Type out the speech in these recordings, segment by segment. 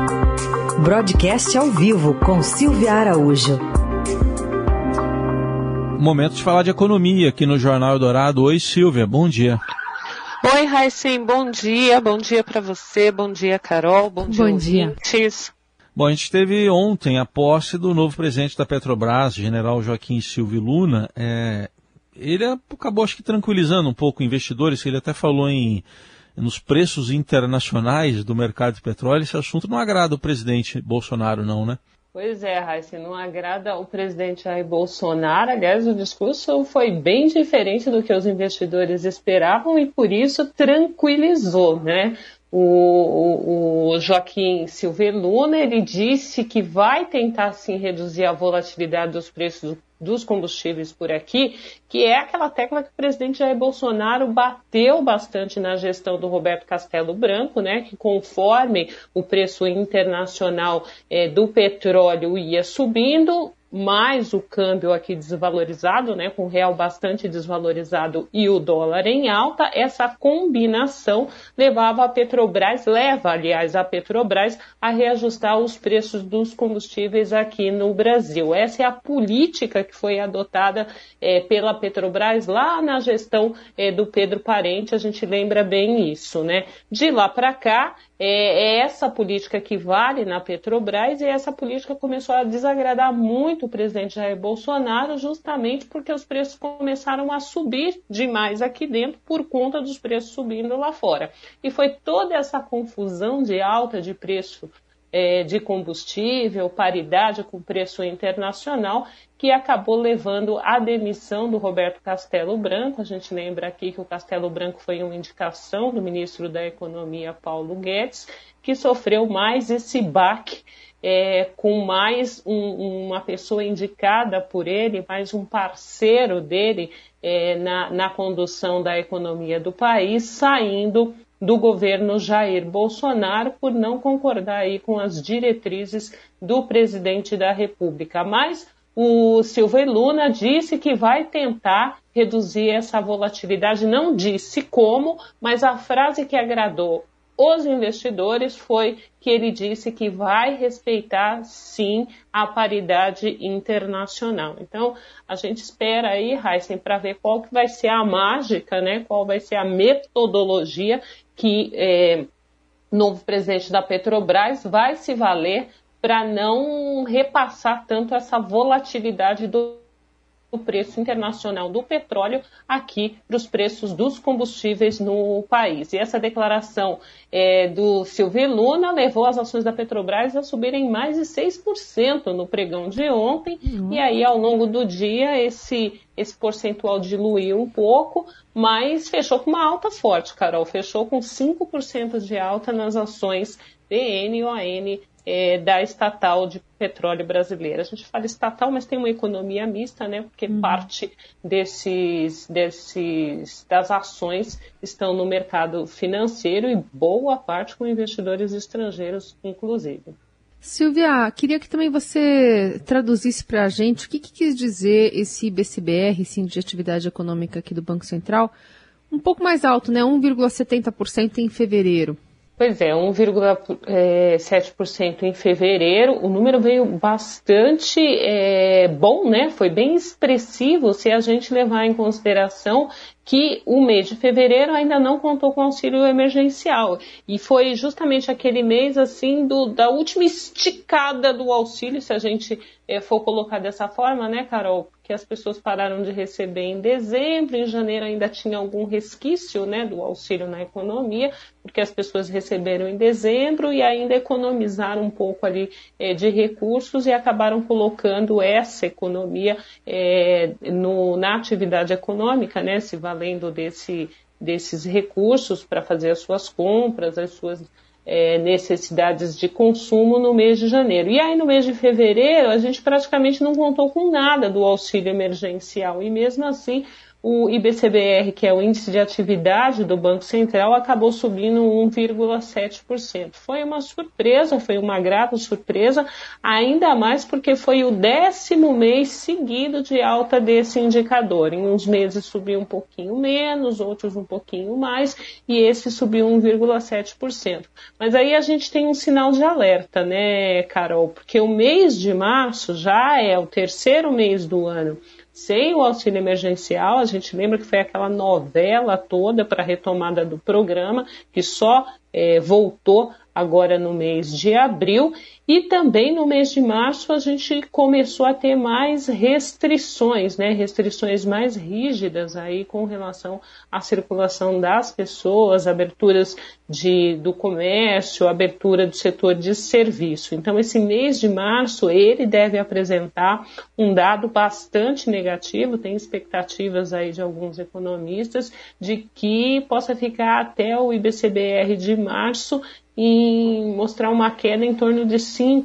Broadcast ao vivo com Silvia Araújo. Momento de falar de economia aqui no Jornal Eldorado. Oi, Silvia, bom dia. Oi, Raicem, bom dia para você, bom dia, Carol, bom dia, ouvintes. Bom, a gente teve ontem a posse do novo presidente da Petrobras, general Joaquim Silvio Luna. Ele acabou, acho que, tranquilizando um pouco investidores, que ele até falou nos preços internacionais do mercado de petróleo. Esse assunto não agrada o presidente Bolsonaro, não, né? Pois é, Raíssa, não agrada o presidente Jair Bolsonaro. Aliás, o discurso foi bem diferente do que os investidores esperavam e, por isso, tranquilizou, né? O Joaquim Silvio Luna, ele disse que vai tentar, sim, reduzir a volatilidade dos preços dos combustíveis por aqui, que é aquela tecla que o presidente Jair Bolsonaro bateu bastante na gestão do Roberto Castello Branco, né, que conforme o preço internacional do petróleo ia subindo, mais o câmbio aqui desvalorizado, né, com o real bastante desvalorizado e o dólar em alta, essa combinação leva, aliás, a Petrobras a reajustar os preços dos combustíveis aqui no Brasil. Essa é a política que foi adotada pela Petrobras lá na gestão do Pedro Parente, a gente lembra bem isso, né? De lá para cá, é essa política que vale na Petrobras, e essa política começou a desagradar muito o presidente Jair Bolsonaro, justamente porque os preços começaram a subir demais aqui dentro por conta dos preços subindo lá fora. E foi toda essa confusão de alta de preço de combustível, paridade com preço internacional, que acabou levando à demissão do Roberto Castello Branco. A gente lembra aqui que o Castello Branco foi uma indicação do ministro da Economia, Paulo Guedes, que sofreu mais esse baque com mais uma pessoa indicada por ele, mais um parceiro dele na condução da economia do país, saindo do governo Jair Bolsonaro por não concordar aí com as diretrizes do presidente da República. Mas o Silvio Luna disse que vai tentar reduzir essa volatilidade, não disse como, mas a frase que agradou os investidores foi que ele disse que vai respeitar, sim, a paridade internacional. Então, a gente espera aí, Heisen, para ver qual que vai ser a mágica, né? Qual vai ser a metodologia que o novo presidente da Petrobras vai se valer para não repassar tanto essa volatilidade do preço internacional do petróleo aqui para os preços dos combustíveis no país. E essa declaração do Silvio Luna levou as ações da Petrobras a subirem mais de 6% no pregão de ontem, e aí ao longo do dia esse percentual diluiu um pouco, mas fechou com uma alta forte, Carol, fechou com 5% de alta nas ações DN e ON da estatal de petróleo brasileira. A gente fala estatal, mas tem uma economia mista, né? Porque parte das ações estão no mercado financeiro e boa parte com investidores estrangeiros, inclusive. Silvia, queria que também você traduzisse para a gente o que quis dizer esse IBCBR, esse Índice de Atividade Econômica aqui do Banco Central, um pouco mais alto, né? 1,70% em fevereiro. Pois é, 1,7% em fevereiro. O número veio bastante bom, né? Foi bem expressivo se a gente levar em consideração que o mês de fevereiro ainda não contou com auxílio emergencial. E foi justamente aquele mês, assim, da última esticada do auxílio, se a gente for colocar dessa forma, né, Carol? Que as pessoas pararam de receber em dezembro, em janeiro ainda tinha algum resquício, né, do auxílio na economia, porque as pessoas receberam em dezembro e ainda economizaram um pouco ali de recursos e acabaram colocando essa economia na atividade econômica, né, se valendo desses recursos para fazer as suas compras, as suas necessidades de consumo no mês de janeiro. E aí no mês de fevereiro a gente praticamente não contou com nada do auxílio emergencial e mesmo assim o IBCBR, que é o índice de atividade do Banco Central, acabou subindo 1,7%. Foi uma surpresa, foi uma grata surpresa, ainda mais porque foi o 10º mês seguido de alta desse indicador. Em uns meses subiu um pouquinho menos, outros um pouquinho mais, e esse subiu 1,7%. Mas aí a gente tem um sinal de alerta, né, Carol? Porque o mês de março já é o 3º mês do ano sem o auxílio emergencial. A gente lembra que foi aquela novela toda para a retomada do programa, que só voltou agora no mês de abril, e também no mês de março a gente começou a ter mais restrições, né? Restrições mais rígidas aí com relação à circulação das pessoas, aberturas do comércio, abertura do setor de serviço. Então esse mês de março ele deve apresentar um dado bastante negativo, tem expectativas aí de alguns economistas de que possa ficar até o IBCBR de março e mostrar uma queda em torno de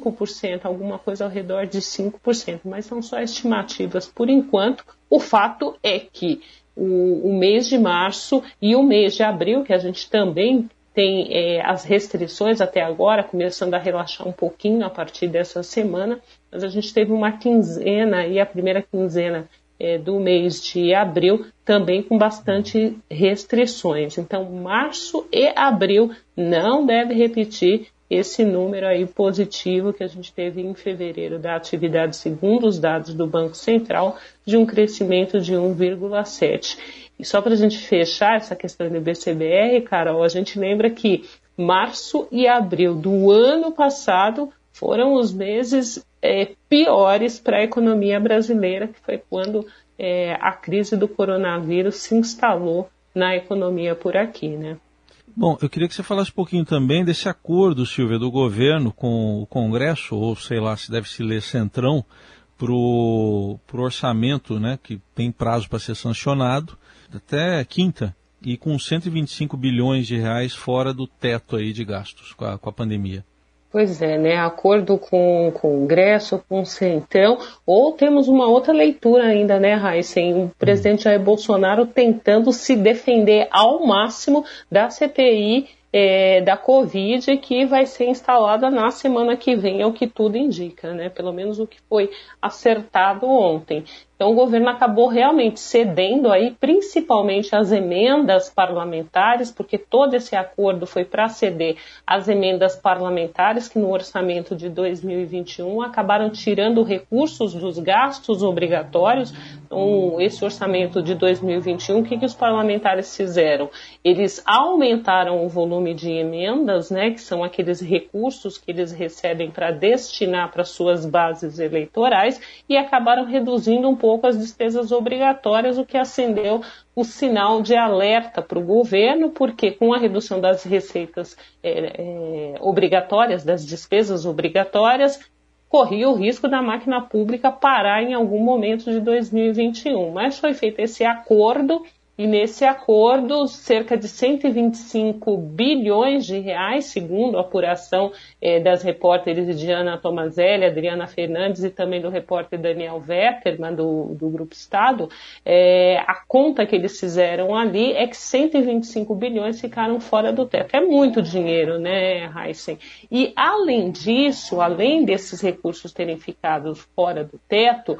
5%, alguma coisa ao redor de 5%, mas são só estimativas por enquanto. O fato é que o mês de março e o mês de abril, que a gente também tem as restrições até agora, começando a relaxar um pouquinho a partir dessa semana, mas a gente teve uma quinzena, e a primeira quinzena do mês de abril também com bastante restrições. Então, março e abril não deve repetir esse número aí positivo que a gente teve em fevereiro da atividade, segundo os dados do Banco Central, de um crescimento de 1,7%. E só para a gente fechar essa questão do IBCBR, Carol, a gente lembra que março e abril do ano passado foram os meses piores para a economia brasileira, que foi quando a crise do coronavírus se instalou na economia por aqui, né? Bom, eu queria que você falasse um pouquinho também desse acordo, Silvia, do governo com o Congresso, ou sei lá se deve se ler Centrão, para o orçamento, né, que tem prazo para ser sancionado até quinta, e com 125 bilhões de reais fora do teto aí de gastos com a pandemia. Pois é, né? Acordo com o Congresso, com o Centrão, ou temos uma outra leitura ainda, né, Heisen? O presidente Jair Bolsonaro tentando se defender ao máximo da CPI da Covid, que vai ser instalada na semana que vem, é o que tudo indica, né? Pelo menos o que foi acertado ontem. Então o governo acabou realmente cedendo aí, principalmente as emendas parlamentares, porque todo esse acordo foi para ceder as emendas parlamentares que no orçamento de 2021 acabaram tirando recursos dos gastos obrigatórios. Então, esse orçamento de 2021, o que os parlamentares fizeram? Eles aumentaram o volume de emendas, né, que são aqueles recursos que eles recebem para destinar para suas bases eleitorais, e acabaram reduzindo um pouco as despesas obrigatórias, o que acendeu o sinal de alerta para o governo, porque com a redução das receitas obrigatórias, das despesas obrigatórias, corria o risco da máquina pública parar em algum momento de 2021. Mas foi feito esse acordo, e nesse acordo, cerca de 125 bilhões de reais, segundo a apuração das repórteres Diana Tomazelli, Adriana Fernandes e também do repórter Daniel Wettermann, do Grupo Estado, a conta que eles fizeram ali é que 125 bilhões ficaram fora do teto. É muito dinheiro, né, Heisen? E além disso, além desses recursos terem ficado fora do teto,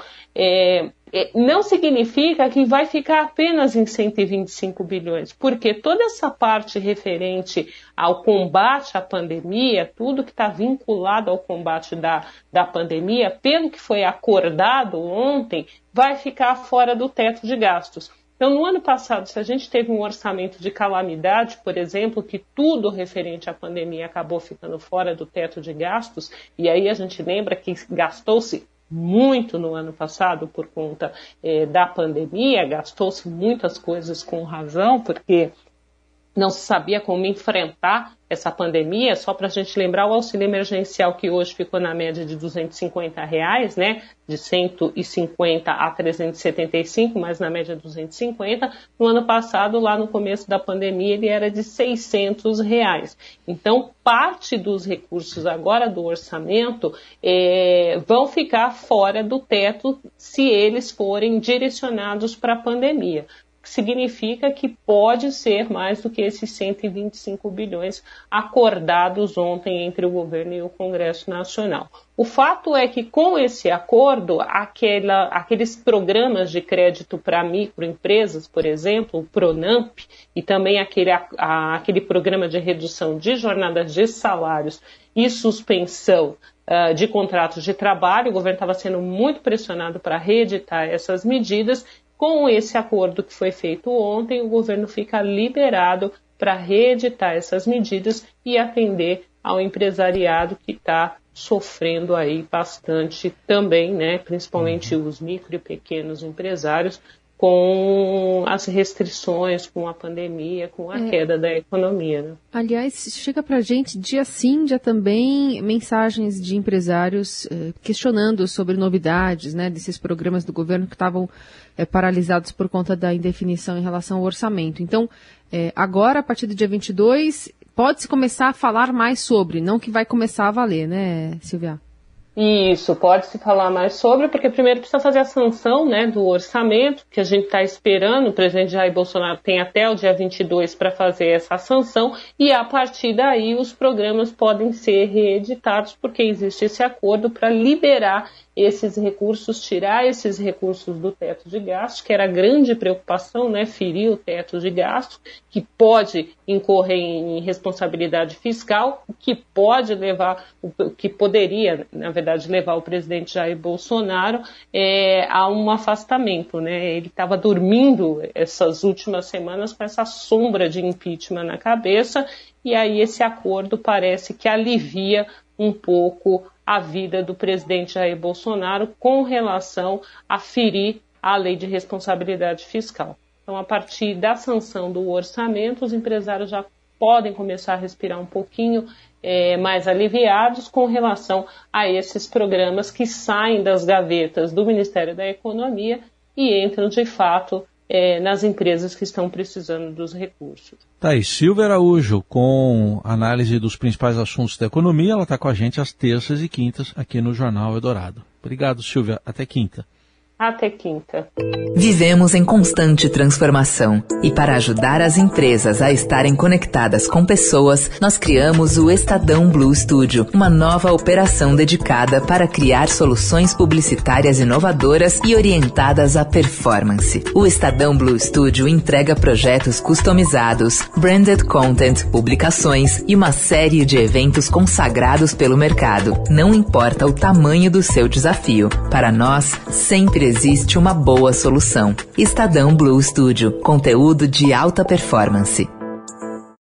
não significa que vai ficar apenas em 125 bilhões, porque toda essa parte referente ao combate à pandemia, tudo que está vinculado ao combate da pandemia, pelo que foi acordado ontem, vai ficar fora do teto de gastos. Então, no ano passado, se a gente teve um orçamento de calamidade, por exemplo, que tudo referente à pandemia acabou ficando fora do teto de gastos, e aí a gente lembra que gastou-se muito no ano passado por conta da pandemia, gastou-se muitas coisas com razão, porque não se sabia como enfrentar essa pandemia. Só para a gente lembrar, o auxílio emergencial, que hoje ficou na média de R$250, né, de 150 a 375, mas na média 250, no ano passado, lá no começo da pandemia, ele era de R$600. Então, parte dos recursos agora do orçamento vão ficar fora do teto se eles forem direcionados para a pandemia. que significa que pode ser mais do que esses 125 bilhões acordados ontem entre o governo e o Congresso Nacional. O fato é que com esse acordo, aqueles programas de crédito para microempresas, por exemplo, o Pronamp, e também aquele programa de redução de jornadas de salários e suspensão de contratos de trabalho, o governo estava sendo muito pressionado para reeditar essas medidas. Com esse acordo que foi feito ontem, o governo fica liberado para reeditar essas medidas e atender ao empresariado que está sofrendo aí bastante também, né, principalmente os micro e pequenos empresários, com as restrições, com a pandemia, com a queda da economia. Né? Aliás, chega para a gente dia sim, dia também, mensagens de empresários questionando sobre novidades, né, desses programas do governo que estavam paralisados por conta da indefinição em relação ao orçamento. Então, agora, a partir do dia 22, pode-se começar a falar mais sobre, não que vai começar a valer, né, Silvia? Isso, pode-se falar mais sobre, porque primeiro precisa fazer a sanção, né, do orçamento, que a gente está esperando. O presidente Jair Bolsonaro tem até o dia 22 para fazer essa sanção, e a partir daí os programas podem ser reeditados, porque existe esse acordo para liberar esses recursos, tirar esses recursos do teto de gasto, que era a grande preocupação, né, ferir o teto de gasto, que pode incorrer em responsabilidade fiscal, que poderia, na verdade, levar o presidente Jair Bolsonaro a um afastamento, né? Ele estava dormindo essas últimas semanas com essa sombra de impeachment na cabeça, e aí esse acordo parece que alivia um pouco a vida do presidente Jair Bolsonaro com relação a ferir a lei de responsabilidade fiscal. Então, a partir da sanção do orçamento, os empresários já podem começar a respirar um pouquinho mais aliviados com relação a esses programas que saem das gavetas do Ministério da Economia e entram, de fato, nas empresas que estão precisando dos recursos. Tá aí, Silvia Araújo, com análise dos principais assuntos da economia. Ela está com a gente às terças e quintas aqui no Jornal Eldorado. Obrigado, Silvia. Até quinta. Até quinta. Vivemos em constante transformação e para ajudar as empresas a estarem conectadas com pessoas, nós criamos o Estadão Blue Studio, uma nova operação dedicada para criar soluções publicitárias inovadoras e orientadas à performance. O Estadão Blue Studio entrega projetos customizados, branded content, publicações e uma série de eventos consagrados pelo mercado. Não importa o tamanho do seu desafio, para nós sempre existe uma boa solução. Estadão Blue Studio, conteúdo de alta performance.